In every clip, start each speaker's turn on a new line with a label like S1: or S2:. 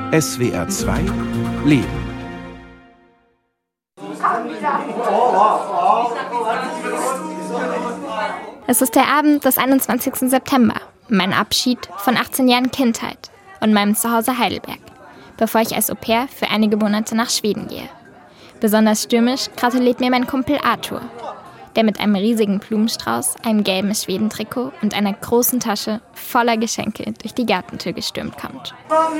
S1: SWR 2 Leben.
S2: Es ist der Abend des 21. September, mein Abschied von 18 Jahren Kindheit und meinem Zuhause Heidelberg, bevor ich als Au-pair für einige Monate nach Schweden gehe. Besonders stürmisch gratuliert mir mein Kumpel Arthur, der mit einem riesigen Blumenstrauß, einem gelben Schwedentrikot und einer großen Tasche voller Geschenke durch die Gartentür gestürmt kommt.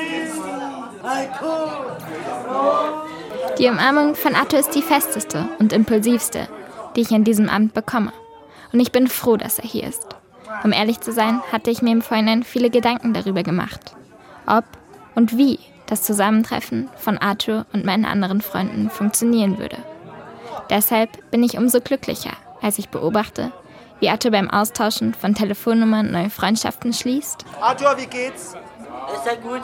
S2: Die Umarmung von Arthur ist die festeste und impulsivste, die ich an diesem Abend bekomme. Und ich bin froh, dass er hier ist. Um ehrlich zu sein, hatte ich mir im Vorhinein viele Gedanken darüber gemacht, ob und wie das Zusammentreffen von Arthur und meinen anderen Freunden funktionieren würde. Deshalb bin ich umso glücklicher, als ich beobachte, wie Arthur beim Austauschen von Telefonnummern neue Freundschaften schließt.
S3: Arthur, wie geht's?
S4: Ist ja gut.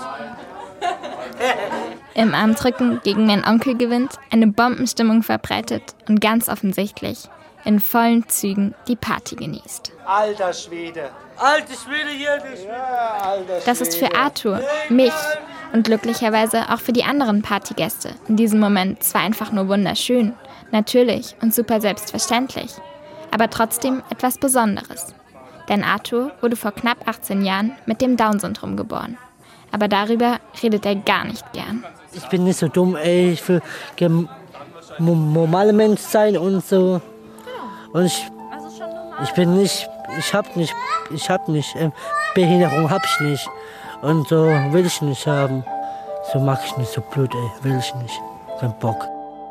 S2: Im Armdrücken gegen meinen Onkel gewinnt, eine Bombenstimmung verbreitet und ganz offensichtlich in vollen Zügen die Party genießt.
S3: Alter Schwede.
S4: Alter Schwede hier nicht.
S3: Ja, alter Schwede.
S2: Das ist für Arthur, mich und glücklicherweise auch für die anderen Partygäste in diesem Moment zwar einfach nur wunderschön, natürlich und super selbstverständlich, aber trotzdem etwas Besonderes. Denn Arthur wurde vor knapp 18 Jahren mit dem Down-Syndrom geboren. Aber darüber redet er gar nicht gern.
S4: Ich bin nicht so dumm, ey. Ich will normaler Mensch sein und so. Und ich hab nicht, Behinderung hab ich nicht. Und so will ich nicht haben. So mag ich nicht, so blöd, ey, will ich nicht. Kein Bock.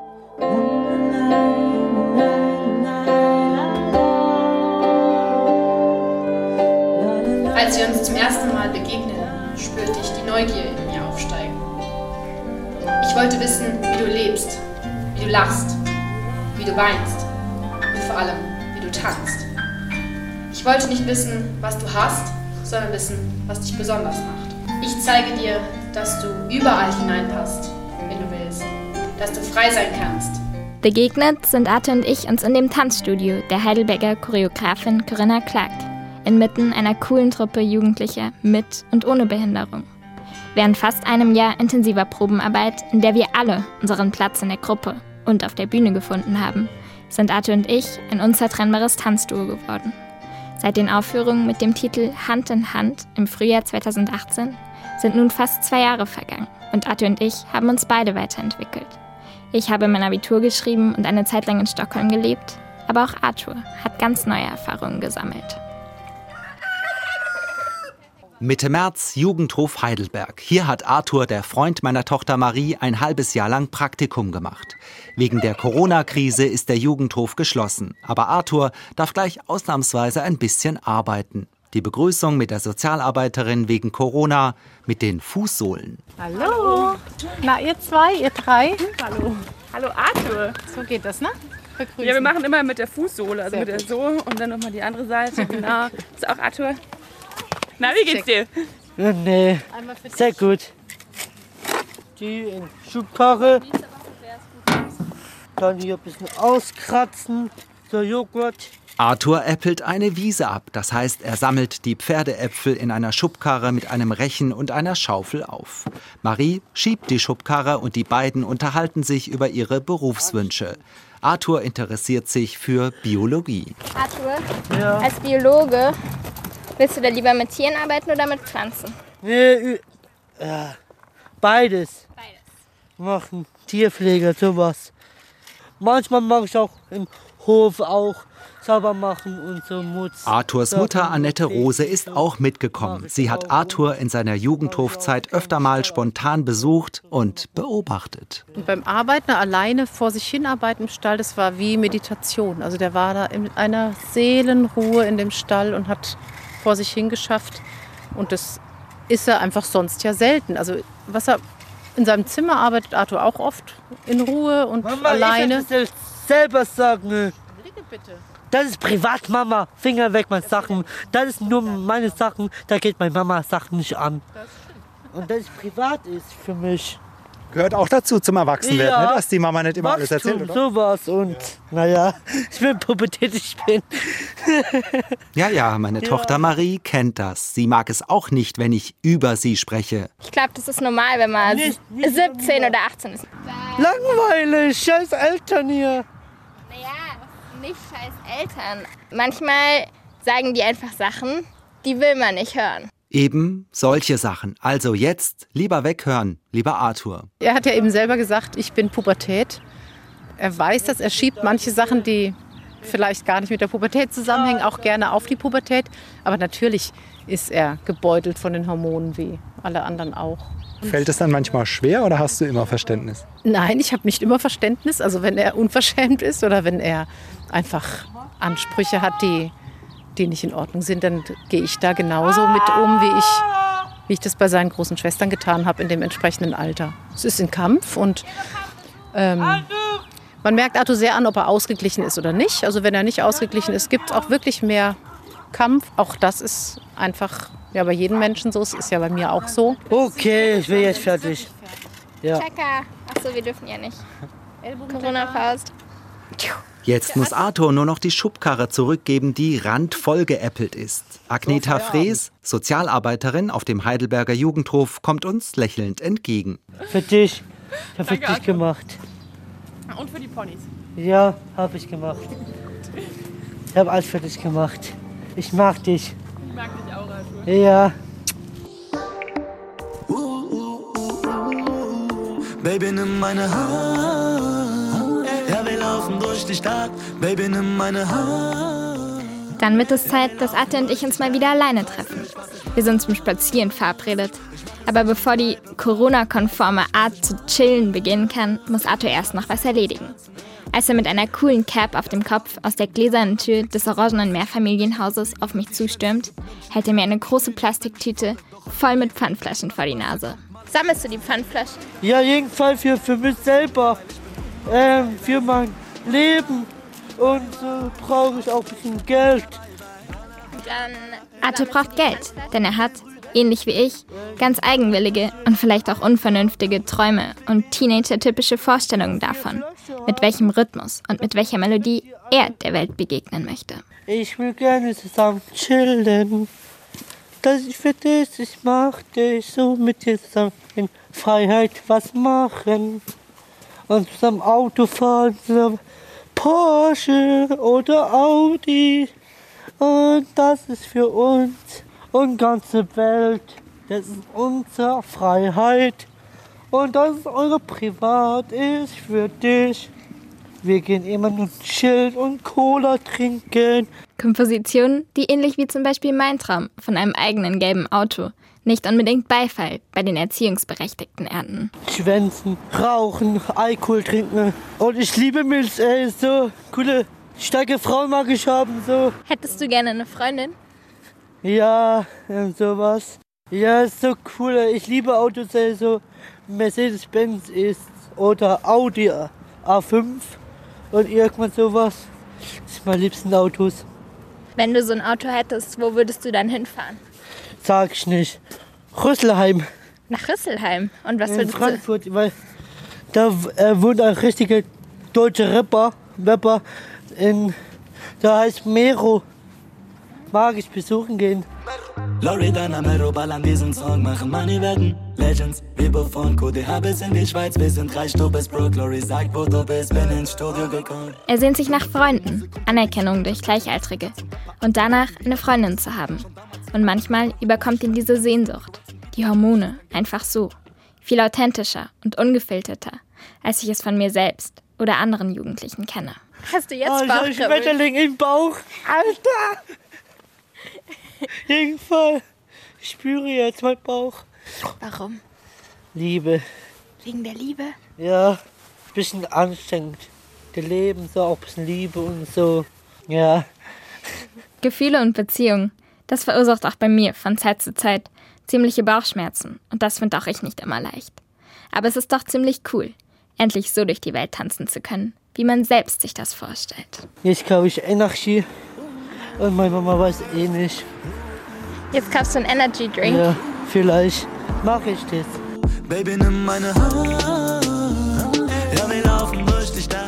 S5: Als wir uns zum ersten Mal begegneten, spürte ich die Neugier in mir aufsteigen. Ich wollte wissen, wie du lebst, wie du lachst, wie du weinst und vor allem, wie du tanzt. Ich wollte nicht wissen, was du hast, sondern wissen, was dich besonders macht. Ich zeige dir, dass du überall hineinpasst, wenn du willst, dass du frei sein kannst.
S2: Begegnet sind Arthur und ich uns in dem Tanzstudio der Heidelberger Choreografin Corinna Clark, inmitten einer coolen Truppe Jugendlicher mit und ohne Behinderung. Während fast einem Jahr intensiver Probenarbeit, in der wir alle unseren Platz in der Gruppe und auf der Bühne gefunden haben, sind Arthur und ich ein unzertrennbares Tanzduo geworden. Seit den Aufführungen mit dem Titel Hand in Hand im Frühjahr 2018 sind nun fast 2 Jahre vergangen und Arthur und ich haben uns beide weiterentwickelt. Ich habe mein Abitur geschrieben und eine Zeit lang in Stockholm gelebt, aber auch Arthur hat ganz neue Erfahrungen gesammelt.
S6: Mitte März, Jugendhof Heidelberg. Hier hat Arthur, der Freund meiner Tochter Marie, ein halbes Jahr lang Praktikum gemacht. Wegen der Corona-Krise ist der Jugendhof geschlossen. Aber Arthur darf gleich ausnahmsweise ein bisschen arbeiten. Die Begrüßung mit der Sozialarbeiterin wegen Corona mit den Fußsohlen.
S7: Hallo. Na, ihr 2, ihr 3?
S8: Hallo. Hallo Arthur.
S7: So geht das, ne? Begrüßen.
S8: Ja, wir machen immer mit der Fußsohle, also mit der so und dann nochmal die andere Seite. Genau. Ist auch Arthur. Na, wie geht's dir?
S4: Ja, nee, sehr gut. Die in Schubkarre. Dann hier ein bisschen auskratzen. So Joghurt.
S6: Arthur äppelt eine Wiese ab. Das heißt, er sammelt die Pferdeäpfel in einer Schubkarre mit einem Rechen und einer Schaufel auf. Marie schiebt die Schubkarre und die beiden unterhalten sich über ihre Berufswünsche. Arthur interessiert sich für Biologie.
S2: Arthur,
S4: Ja.
S2: als Biologe, willst du da lieber mit Tieren arbeiten oder mit Pflanzen?
S4: Nee, ja, beides. Machen. Tierpflege, sowas. Manchmal mache ich auch im Hof auch sauber machen und so Mutz.
S6: Arthurs Mutter Annette Rose ist auch mitgekommen. Sie hat Arthur in seiner Jugendhofzeit öfter mal spontan besucht und beobachtet.
S7: Und beim Arbeiten alleine vor sich hinarbeiten im Stall, das war wie Meditation. Also der war da in einer Seelenruhe in dem Stall und hat vor sich hingeschafft. Und das ist er einfach sonst ja selten. Also was er in seinem Zimmer arbeitet, Arthur auch oft in Ruhe und
S4: Mama,
S7: alleine.
S4: ich will das selber sagen.
S7: Bitte.
S4: Das ist privat, Mama. Finger weg, meine Sachen. Das ist nur meine Sachen. Da geht meine Mama Sachen nicht an. Und das privat ist für mich.
S9: Gehört auch dazu zum Erwachsenwerden,
S4: Ja.
S9: ne? Dass die Mama nicht immer alles erzählt, oder?
S4: Sowas und naja, ich bin Pubertät, ich bin.
S6: Ja, meine Tochter Marie kennt das. Sie mag es auch nicht, wenn ich über sie spreche.
S2: Ich glaube, das ist normal, wenn man
S4: Nicht
S2: 17 oder 18 ist.
S4: Langweilig, scheiß Eltern hier.
S2: Naja, nicht scheiß Eltern. Manchmal sagen die einfach Sachen, die will man nicht hören.
S6: Eben solche Sachen. Also jetzt lieber weghören, lieber Arthur.
S7: Er hat ja eben selber gesagt, ich bin Pubertät. Er weiß das, er schiebt manche Sachen, die vielleicht gar nicht mit der Pubertät zusammenhängen, auch gerne auf die Pubertät. Aber natürlich ist er gebeutelt von den Hormonen, wie alle anderen auch.
S9: Fällt es dann manchmal schwer oder hast du immer Verständnis?
S7: Nein, ich habe nicht immer Verständnis. Also wenn er unverschämt ist oder wenn er einfach Ansprüche hat, die nicht in Ordnung sind, dann gehe ich da genauso mit um, wie ich das bei seinen großen Schwestern getan habe in dem entsprechenden Alter. Es ist ein Kampf und man merkt Arthur sehr an, ob er ausgeglichen ist oder nicht. Also wenn er nicht ausgeglichen ist, gibt es auch wirklich mehr Kampf. Auch das ist einfach bei jedem Menschen so. Es ist ja bei mir auch so.
S4: Okay, ich bin jetzt fertig. Ja.
S2: Checker. Achso, wir dürfen ja nicht. Corona-Faust.
S6: Jetzt muss Arthur nur noch die Schubkarre zurückgeben, die randvoll geäppelt ist. Agneta Frees, Sozialarbeiterin auf dem Heidelberger Jugendhof, kommt uns lächelnd entgegen.
S4: Für dich. Ich habe für
S8: Danke,
S4: dich gemacht.
S8: Und für die Ponys.
S4: Ja, habe ich gemacht. Ich habe alles für dich gemacht. Ich mag dich.
S8: Ich mag dich auch, Arthur.
S4: Ja.
S10: Baby, nimm meine Hand. Ja, wir laufen durch die Stadt. Baby, nimm meine Hand.
S2: Dann wird es Zeit, dass Atte und ich uns mal wieder alleine treffen. Wir sind zum Spazieren verabredet. Aber bevor die Corona-konforme Art zu chillen beginnen kann, muss Arthur erst noch was erledigen. Als er mit einer coolen Cap auf dem Kopf aus der gläsernen Tür des orangenen Mehrfamilienhauses auf mich zustürmt, hält er mir eine große Plastiktüte voll mit Pfandflaschen vor die Nase. Sammelst du die Pfandflaschen?
S4: Ja, jedenfalls für mich selber. Für mein Leben. Und brauche ich auch ein bisschen Geld.
S2: Arthur braucht Geld, denn er hat, ähnlich wie ich, ganz eigenwillige und vielleicht auch unvernünftige Träume und Teenager-typische Vorstellungen davon, mit welchem Rhythmus und mit welcher Melodie er der Welt begegnen möchte.
S4: Ich will gerne zusammen chillen. Das ist für dich, ich mach dich so mit dir zusammen in Freiheit was machen. Und zusammen Auto fahren, zusammen Porsche oder Audi. Und das ist für uns und ganze Welt. Das ist unsere Freiheit. Und das ist eure Privat, ist für dich. Wir gehen immer nur chillen und Cola trinken.
S2: Kompositionen, die ähnlich wie zum Beispiel mein Traum von einem eigenen gelben Auto nicht unbedingt Beifall bei den Erziehungsberechtigten ernten.
S4: Schwänzen, rauchen, Alkohol trinken. Und ich liebe Milch, ey, so coole, starke Frauen mag ich haben, so.
S2: Hättest du gerne eine Freundin?
S4: Ja, sowas. Ja, ist so cool, ich liebe Autos, ey, so Mercedes-Benz ist oder Audi A5 und irgendwann sowas. Das sind meine liebsten Autos.
S2: Wenn du so ein Auto hättest, wo würdest du dann hinfahren?
S4: Sag ich nicht. Rüsselheim.
S2: Nach Rüsselheim. Und was
S4: In
S2: würdest
S4: Frankfurt, weil da wohnt ein richtiger deutscher Rapper. Der heißt Mero. Mag ich besuchen gehen.
S10: Loredana, Mero, ballern diesen Song, machen Money wetten. Legends, Bibo von QDH bis in die Schweiz. Wir sind reich, du bist broke. Lori sagt, wo du bist, bin ins Studio gekommen.
S2: Er sehnt sich nach Freunden, Anerkennung durch Gleichaltrige und danach eine Freundin zu haben. Und manchmal überkommt ihn diese Sehnsucht, die Hormone, einfach so. Viel authentischer und ungefilterter, als ich es von mir selbst oder anderen Jugendlichen kenne. Hast du jetzt
S4: Alter, ich Schmetterling im Bauch. Alter! Jedenfalls, ich spüre jetzt meinen Bauch.
S2: Warum?
S4: Liebe.
S2: Wegen der Liebe?
S4: Ja, ein bisschen anstrengend. Das Leben, so auch ein bisschen Liebe und so. Ja.
S2: Gefühle und Beziehungen, das verursacht auch bei mir von Zeit zu Zeit ziemliche Bauchschmerzen. Und das finde auch ich nicht immer leicht. Aber es ist doch ziemlich cool, endlich so durch die Welt tanzen zu können, wie man selbst sich das vorstellt.
S4: Jetzt kaufe ich Energy und meine Mama weiß eh nicht.
S2: Jetzt kaufst du einen Energy Drink?
S4: Ja, vielleicht mache ich das.
S10: Baby, nimm meine Hand. Ja, wir laufen durch die Stadt.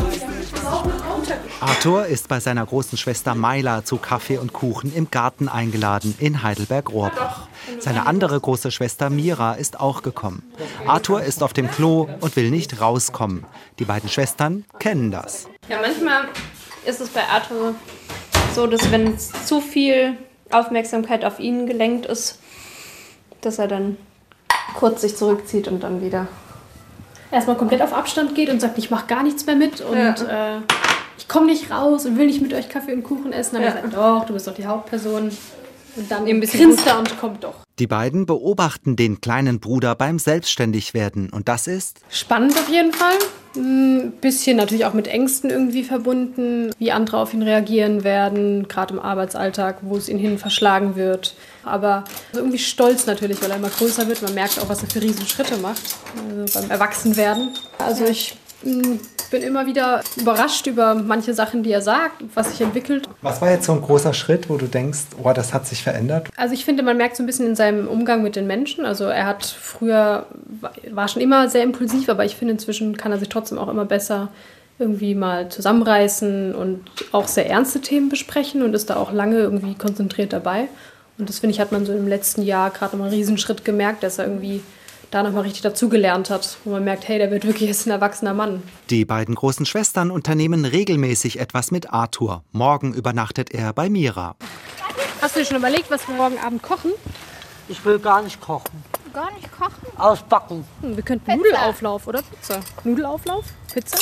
S6: Arthur ist bei seiner großen Schwester Mayla zu Kaffee und Kuchen im Garten eingeladen in Heidelberg-Rohrbach. Seine andere große Schwester Mira ist auch gekommen. Arthur ist auf dem Klo und will nicht rauskommen. Die beiden Schwestern kennen das.
S11: Ja, manchmal ist es bei Arthur so, dass wenn zu viel Aufmerksamkeit auf ihn gelenkt ist, dass er dann kurz sich zurückzieht und dann wieder
S12: erstmal komplett auf Abstand geht und sagt, ich mache gar nichts mehr mit und ich komme nicht raus und will nicht mit euch Kaffee und Kuchen essen. Aber sagt, doch, du bist doch die Hauptperson. Und dann grinst er und kommt doch.
S6: Die beiden beobachten den kleinen Bruder beim Selbstständigwerden und das ist
S12: spannend auf jeden Fall. Ein bisschen natürlich auch mit Ängsten irgendwie verbunden, wie andere auf ihn reagieren werden, gerade im Arbeitsalltag, wo es ihn hin verschlagen wird. Aber irgendwie stolz natürlich, weil er immer größer wird. Man merkt auch, was er für Riesenschritte macht beim Erwachsenwerden. Also ich bin immer wieder überrascht über manche Sachen, die er sagt, was sich entwickelt.
S9: Was war jetzt so ein großer Schritt, wo du denkst, oh, das hat sich verändert?
S12: Also ich finde, man merkt so ein bisschen in seinem Umgang mit den Menschen. Also er hat früher, war schon immer sehr impulsiv, aber ich finde, inzwischen kann er sich trotzdem auch immer besser irgendwie mal zusammenreißen und auch sehr ernste Themen besprechen und ist da auch lange irgendwie konzentriert dabei. Und das, finde ich, hat man so im letzten Jahr gerade nochmal einen Riesenschritt gemerkt, dass er irgendwie da nochmal richtig dazugelernt hat, wo man merkt, hey, der wird wirklich jetzt ein erwachsener Mann.
S6: Die beiden großen Schwestern unternehmen regelmäßig etwas mit Arthur. Morgen übernachtet er bei Mira.
S12: Hast du dir schon überlegt, was wir morgen Abend kochen?
S4: Ich will gar nicht kochen.
S12: Gar nicht kochen?
S4: Ausbacken.
S12: Wir könnten Nudelauflauf oder Pizza. Nudelauflauf? Pizza?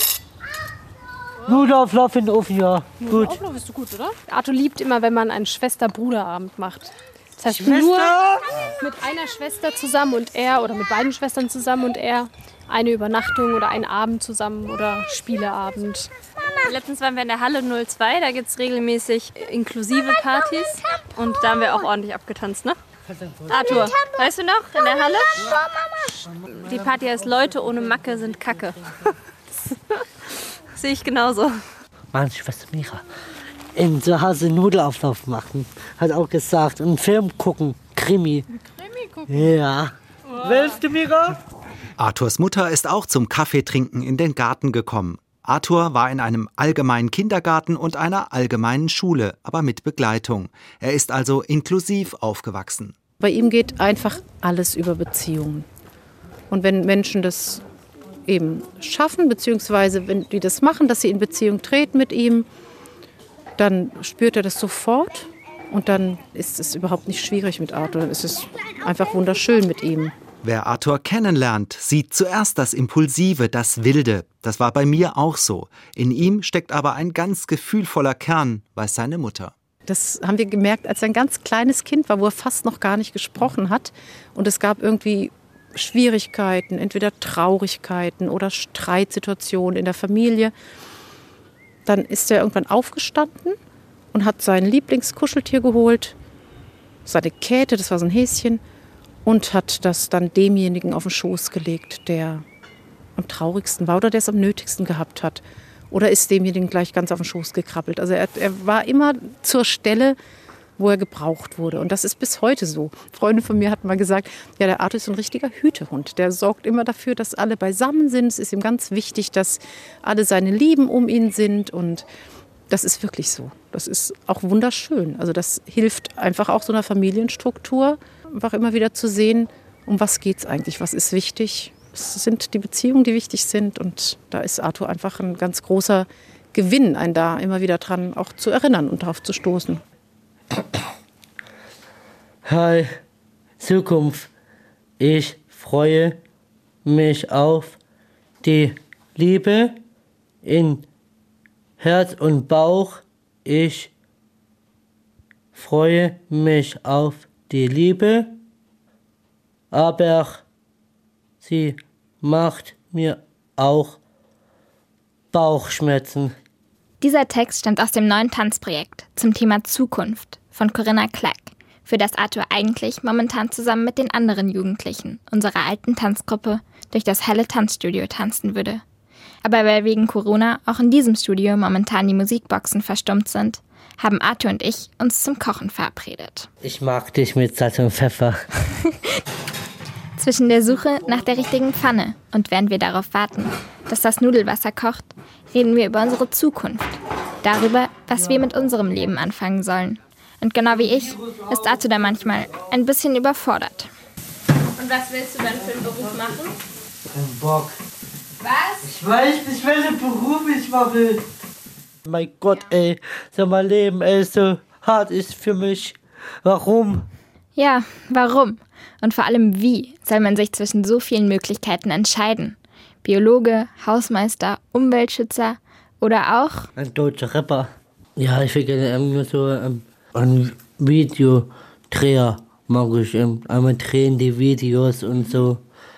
S4: Nudelauflauf in den Ofen, ja.
S12: Nudelauflauf ist so gut, oder? Arthur liebt immer, wenn man einen Schwester-Bruder-Abend macht. Das heißt,
S4: Schwester?
S12: nur mit einer Schwester zusammen und er oder mit beiden Schwestern zusammen und er eine Übernachtung oder einen Abend zusammen oder Spieleabend.
S11: Letztens waren wir in der Halle 02, da gibt es regelmäßig inklusive Partys und da haben wir auch ordentlich abgetanzt, ne? Arthur, weißt du noch, in der Halle? Die Party heißt Leute ohne Macke sind Kacke. Das sehe ich genauso.
S4: Meine Schwester Mira. In zu Hause Nudelauflauf machen, hat auch gesagt. Und einen Film gucken, Krimi.
S12: Krimi gucken?
S4: Ja. Wow. Willst du, Mira?
S6: Arthurs Mutter ist auch zum Kaffeetrinken in den Garten gekommen. Arthur war in einem allgemeinen Kindergarten und einer allgemeinen Schule, aber mit Begleitung. Er ist also inklusiv aufgewachsen.
S7: Bei ihm geht einfach alles über Beziehungen. Und wenn Menschen das eben schaffen, beziehungsweise wenn die das machen, dass sie in Beziehung treten mit ihm, dann spürt er das sofort und dann ist es überhaupt nicht schwierig mit Arthur. Dann ist es einfach wunderschön mit ihm.
S6: Wer Arthur kennenlernt, sieht zuerst das Impulsive, das Wilde. Das war bei mir auch so. In ihm steckt aber ein ganz gefühlvoller Kern, weiß seine Mutter.
S7: Das haben wir gemerkt, als er ein ganz kleines Kind war, wo er fast noch gar nicht gesprochen hat. Und es gab irgendwie Schwierigkeiten, entweder Traurigkeiten oder Streitsituationen in der Familie. Dann ist er irgendwann aufgestanden und hat sein Lieblingskuscheltier geholt, seine Käthe, das war so ein Häschen, und hat das dann demjenigen auf den Schoß gelegt, der am traurigsten war oder der es am nötigsten gehabt hat. Oder ist demjenigen gleich ganz auf den Schoß gekrabbelt. Also er war immer zur Stelle, wo er gebraucht wurde. Und das ist bis heute so. Freunde von mir hatten mal gesagt, ja, der Arthur ist so ein richtiger Hütehund. Der sorgt immer dafür, dass alle beisammen sind. Es ist ihm ganz wichtig, dass alle seine Lieben um ihn sind. Und das ist wirklich so. Das ist auch wunderschön. Also das hilft einfach auch so einer Familienstruktur, einfach immer wieder zu sehen, um was geht es eigentlich, was ist wichtig. Es sind die Beziehungen, die wichtig sind. Und da ist Arthur einfach ein ganz großer Gewinn, einen da immer wieder dran auch zu erinnern und darauf zu stoßen.
S4: Hi, Zukunft. Ich freue mich auf die Liebe in Herz und Bauch. Ich freue mich auf die Liebe, aber sie macht mir auch Bauchschmerzen.
S2: Dieser Text stammt aus dem neuen Tanzprojekt zum Thema Zukunft von Corinna Klack, für das Arthur eigentlich momentan zusammen mit den anderen Jugendlichen unserer alten Tanzgruppe durch das helle Tanzstudio tanzen würde. Aber weil wegen Corona auch in diesem Studio momentan die Musikboxen verstummt sind, haben Arthur und ich uns zum Kochen verabredet.
S4: Ich mag dich mit Salz und Pfeffer.
S2: Zwischen der Suche nach der richtigen Pfanne und während wir darauf warten, dass das Nudelwasser kocht, reden wir über unsere Zukunft. Darüber, was wir mit unserem Leben anfangen sollen. Und genau wie ich, ist Arthur da manchmal ein bisschen überfordert.
S11: Und was willst du dann für einen Beruf machen?
S4: Kein Bock.
S11: Was?
S4: Ich weiß nicht, welchen Beruf ich machen will. Mein Gott, ey, so mein Leben, ey, so hart ist für mich. Warum?
S2: Ja, warum? Und vor allem, wie soll man sich zwischen so vielen Möglichkeiten entscheiden? Biologe, Hausmeister, Umweltschützer oder auch
S4: ein deutscher Rapper. Ja, ich will gerne irgendwie so ein Videodreher mag ich. Einmal drehen die Videos und so.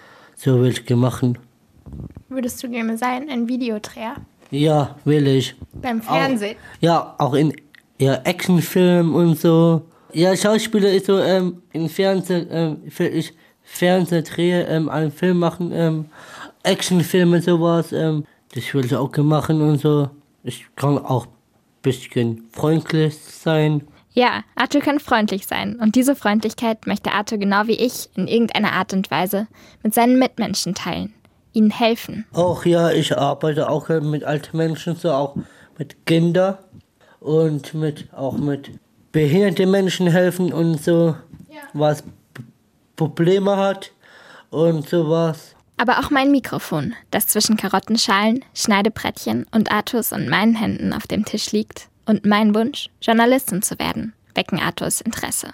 S4: So will ich machen.
S2: Würdest du gerne sein, ein Videodreher?
S4: Ja, will ich.
S2: Beim Fernsehen?
S4: Auch in Actionfilmen und so. Ja, Schauspieler ist so im Fernsehen, ich Fernsehen drehe, einen Film machen, Actionfilme und sowas. Das will ich auch machen und so. Ich kann auch ein bisschen freundlich sein.
S2: Ja, Arthur kann freundlich sein. Und diese Freundlichkeit möchte Arthur genau wie ich in irgendeiner Art und Weise mit seinen Mitmenschen teilen. Ihnen helfen.
S4: Auch ja, ich arbeite auch mit alten Menschen, so auch mit Kindern und auch mit behinderten Menschen helfen und so, was Probleme hat und sowas.
S2: Aber auch mein Mikrofon, das zwischen Karottenschalen, Schneidebrettchen und Arthurs und meinen Händen auf dem Tisch liegt, und mein Wunsch, Journalistin zu werden, wecken Arthurs Interesse.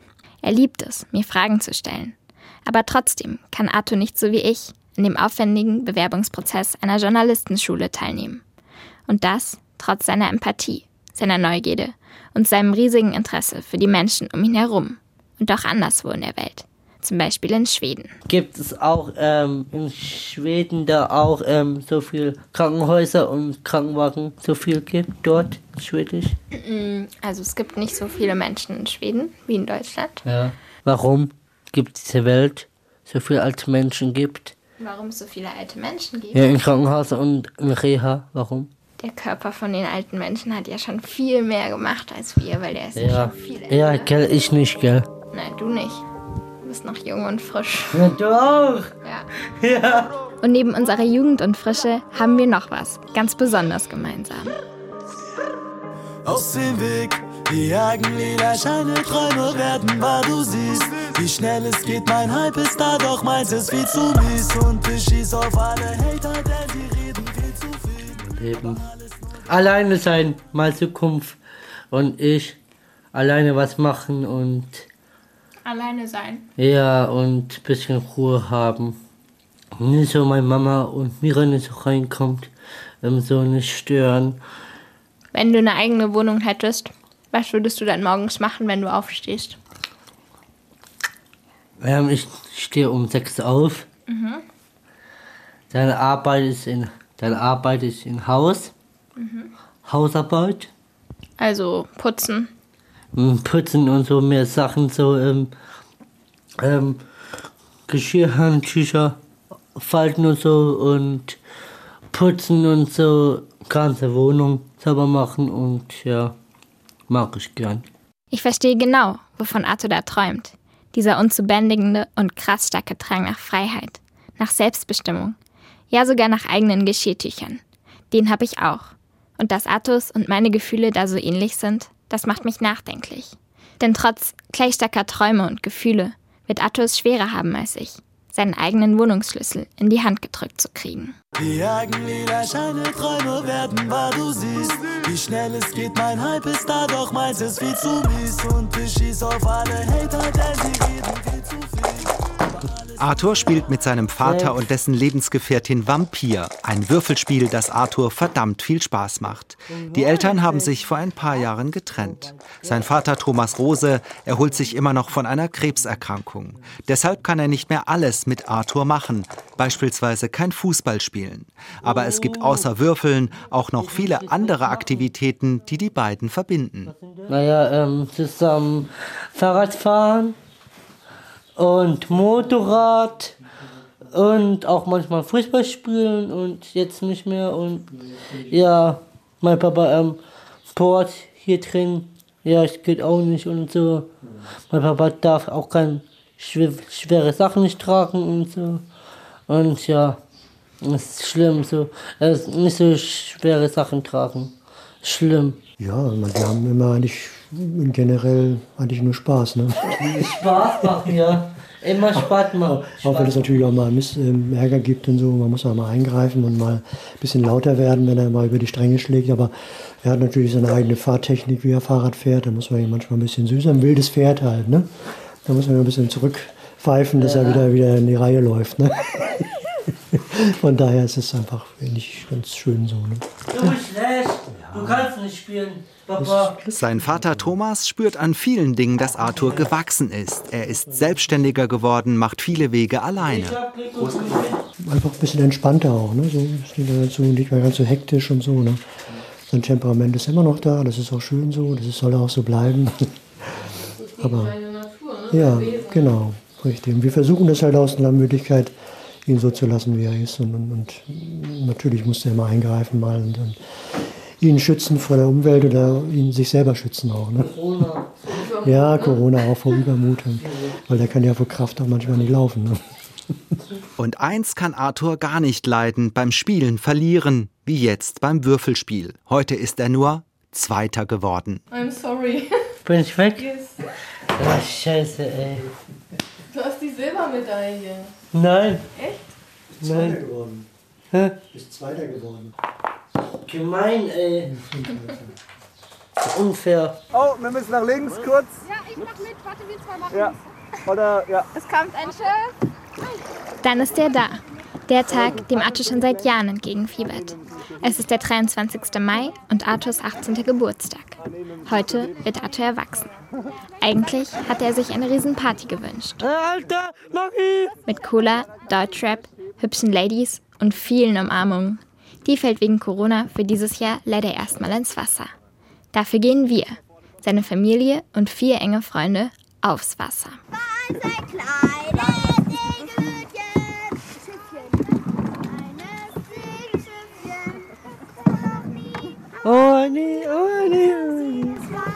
S2: Er liebt es, mir Fragen zu stellen. Aber trotzdem kann Arthur nicht so wie ich in dem aufwendigen Bewerbungsprozess einer Journalistenschule teilnehmen. Und das trotz seiner Empathie, seiner Neugierde und seinem riesigen Interesse für die Menschen um ihn herum und auch anderswo in der Welt. Zum Beispiel in Schweden.
S4: Gibt es auch in Schweden da auch so viel Krankenhäuser und Krankenwagen so viel gibt dort in Schwedisch?
S2: Also es gibt nicht so viele Menschen in Schweden wie in Deutschland.
S4: Ja. Warum gibt es diese Welt so viele alte Menschen gibt?
S2: Warum es so viele alte Menschen gibt?
S4: Ja, in Krankenhäusern und in Reha. Warum?
S2: Der Körper von den alten Menschen hat ja schon viel mehr gemacht als wir, weil der ist ja schon viel älter.
S4: Ja, gell, ich nicht, gell?
S2: Nein, du nicht. Du bist noch jung und frisch.
S4: Ja, du auch. Ja.
S2: Und neben unserer Jugend und Frische haben wir noch was ganz besonders gemeinsam.
S10: Aus dem Weg, wir jagen lila Scheine, Träume werden wahr, du siehst, wie schnell es geht, mein Hype ist da, doch meins ist viel zu mies und ich schieß auf alle Hater, denn die reden viel zu viel.
S4: Leben. Alleine sein, mal Zukunft und ich alleine was machen und
S2: alleine sein.
S4: Ja, und ein bisschen Ruhe haben. Nicht so meine Mama und Mira nicht so reinkommt, so nicht stören.
S2: Wenn du eine eigene Wohnung hättest, was würdest du dann morgens machen, wenn du aufstehst?
S4: Ich stehe um 6 auf.
S2: Mhm.
S4: Dann arbeite ich im Haus.
S2: Mhm.
S4: Hausarbeit.
S2: Also putzen.
S4: Putzen und so mehr Sachen, so Geschirrhandtücher falten und so und putzen und so, ganze Wohnung sauber machen und ja, mag ich gern.
S2: Ich verstehe genau, wovon Arthur da träumt. Dieser unzubändigende und krass starke Drang nach Freiheit, nach Selbstbestimmung, ja sogar nach eigenen Geschirrtüchern. Den habe ich auch. Und dass Arthurs und meine Gefühle da so ähnlich sind, das macht mich nachdenklich. Denn trotz gleich starker Träume und Gefühle wird Arthur es schwerer haben als ich, seinen eigenen Wohnungsschlüssel in die Hand gedrückt zu kriegen.
S10: Wir jagen lila Scheine, Träume werden wahr, du siehst, wie schnell es geht, mein Hype ist da, doch meins ist viel zu mies und ich schieß auf alle Hater, denn sie reden viel zu viel.
S6: Arthur spielt mit seinem Vater und dessen Lebensgefährtin Vampir, ein Würfelspiel, das Arthur verdammt viel Spaß macht. Die Eltern haben sich vor ein paar Jahren getrennt. Sein Vater Thomas Rose erholt sich immer noch von einer Krebserkrankung. Deshalb kann er nicht mehr alles mit Arthur machen, beispielsweise kein Fußball spielen. Aber es gibt außer Würfeln auch noch viele andere Aktivitäten, die die beiden verbinden.
S4: Zusammen Fahrrad fahren. Und Motorrad und auch manchmal Fußball spielen und jetzt nicht mehr. Und ja, mein Papa Sport hier drin, ja, es geht auch nicht und so. Mein Papa darf auch kein schwere Sachen nicht tragen und so. Und ja, das ist schlimm so. Nicht so schwere Sachen tragen. Schlimm.
S13: Ja, wir haben immer eigentlich generell nur Spaß, ne?
S4: Spaß machen, ja. Immer Spaß machen.
S13: Auch wenn es natürlich auch mal Ärger gibt und so. Man muss auch mal eingreifen und mal ein bisschen lauter werden, wenn er mal über die Stränge schlägt. Aber er hat natürlich seine eigene Fahrtechnik, wie er Fahrrad fährt. Da muss man ihn manchmal ein bisschen süßer, ein wildes Pferd halt, ne? Da muss man ein bisschen zurückpfeifen, dass er wieder in die Reihe läuft, ne? Von daher ist es einfach nicht ganz schön so, ne?
S4: Du bist schlecht. Du kannst nicht spielen. Papa.
S6: Sein Vater Thomas spürt an vielen Dingen, dass Arthur gewachsen ist. Er ist selbstständiger geworden, macht viele Wege alleine.
S13: Einfach ein bisschen entspannter auch, ne? So nicht mehr ganz so hektisch und so, ne? Sein Temperament ist immer noch da, das ist auch schön so, das soll auch so bleiben. Aber ja, genau, richtig. Und wir versuchen das halt aus einer Möglichkeit, ihn so zu lassen, wie er ist. Und natürlich muss er immer eingreifen mal und ihn schützen vor der Umwelt oder ihn sich selber schützen auch. Ne?
S4: Corona.
S13: Ja, Corona auch vor Übermut. Weil der kann ja vor Kraft auch manchmal nicht laufen. Ne?
S6: Und eins kann Arthur gar nicht leiden, beim Spielen verlieren, wie jetzt beim Würfelspiel. Heute ist er nur Zweiter geworden.
S5: I'm sorry.
S4: Bin ich weg?
S5: Yes.
S4: Ach, scheiße, ey.
S5: Du hast die Silbermedaille.
S4: Nein.
S5: Echt?
S4: Nein.
S13: Zweiter geworden.
S4: Hä?
S13: Bist Zweiter geworden.
S4: Gemein, ey. Unfair.
S3: Oh, wir müssen nach links kurz.
S5: Ja, ich mach mit. Warte, wir zwei machen
S3: Ja. Oder, ja.
S5: es. Es kommt ein Schiff.
S2: Dann ist er da. Der Tag, dem Arthur schon seit Jahren entgegenfiebert. Es ist der 23. Mai und Arthurs 18. Geburtstag. Heute wird Arthur erwachsen. Eigentlich hatte er sich eine Riesenparty gewünscht.
S4: Alter, Marie!
S2: Mit Cola, Deutschrap, hübschen Ladies und vielen Umarmungen. Die fällt wegen Corona für dieses Jahr leider erstmal ins Wasser. Dafür gehen wir, seine Familie und 4 enge Freunde, aufs Wasser.
S4: Oh nee, oh nee, oh nee.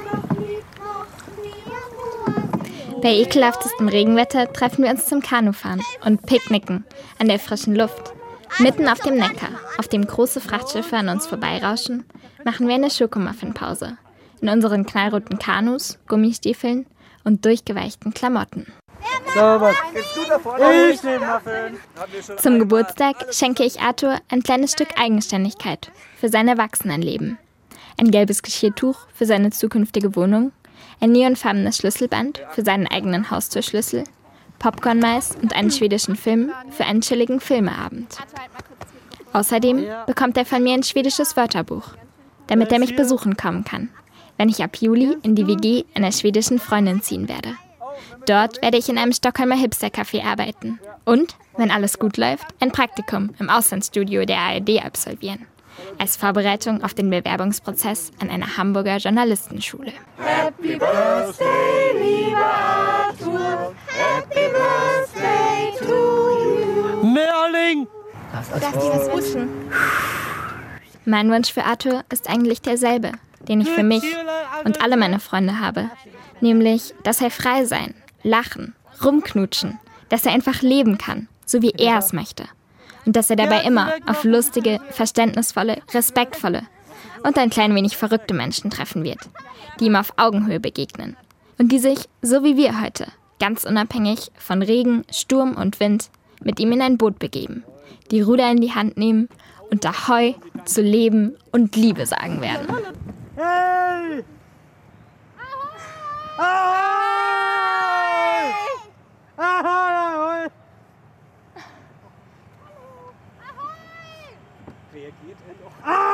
S2: Bei ekelhaftestem Regenwetter treffen wir uns zum Kanufahren und Picknicken an der frischen Luft. Mitten auf dem Neckar, auf dem große Frachtschiffe an uns vorbeirauschen, machen wir eine Schokomuffinpause. In unseren knallroten Kanus, Gummistiefeln und durchgeweichten Klamotten. Zum Geburtstag schenke ich Arthur ein kleines Stück Eigenständigkeit für sein Erwachsenenleben. Ein gelbes Geschirrtuch für seine zukünftige Wohnung, ein neonfarbenes Schlüsselband für seinen eigenen Haustürschlüssel, Popcornmais und einen schwedischen Film für einen chilligen Filmeabend. Außerdem bekommt er von mir ein schwedisches Wörterbuch, damit er mich besuchen kommen kann, wenn ich ab Juli in die WG einer schwedischen Freundin ziehen werde. Dort werde ich in einem Stockholmer Hipster-Café arbeiten und, wenn alles gut läuft, ein Praktikum im Auslandsstudio der ARD absolvieren. Als Vorbereitung auf den Bewerbungsprozess an einer Hamburger Journalistenschule.
S10: Happy Birthday, lieber Arthur. Happy Birthday to you.
S4: Merling!
S2: Darf ich was wünschen? Mein Wunsch für Arthur ist eigentlich derselbe, den ich für mich und alle meine Freunde habe. Nämlich, dass er frei sein, lachen, rumknutschen, dass er einfach leben kann, so wie er es möchte. Und dass er dabei immer auf lustige, verständnisvolle, respektvolle und ein klein wenig verrückte Menschen treffen wird, die ihm auf Augenhöhe begegnen. Und die sich, so wie wir heute, ganz unabhängig von Regen, Sturm und Wind, mit ihm in ein Boot begeben, die Ruder in die Hand nehmen und Ahoi zu Leben und Liebe sagen werden.
S3: Hey! Ahoi! Ahoi! Reagiert er doch?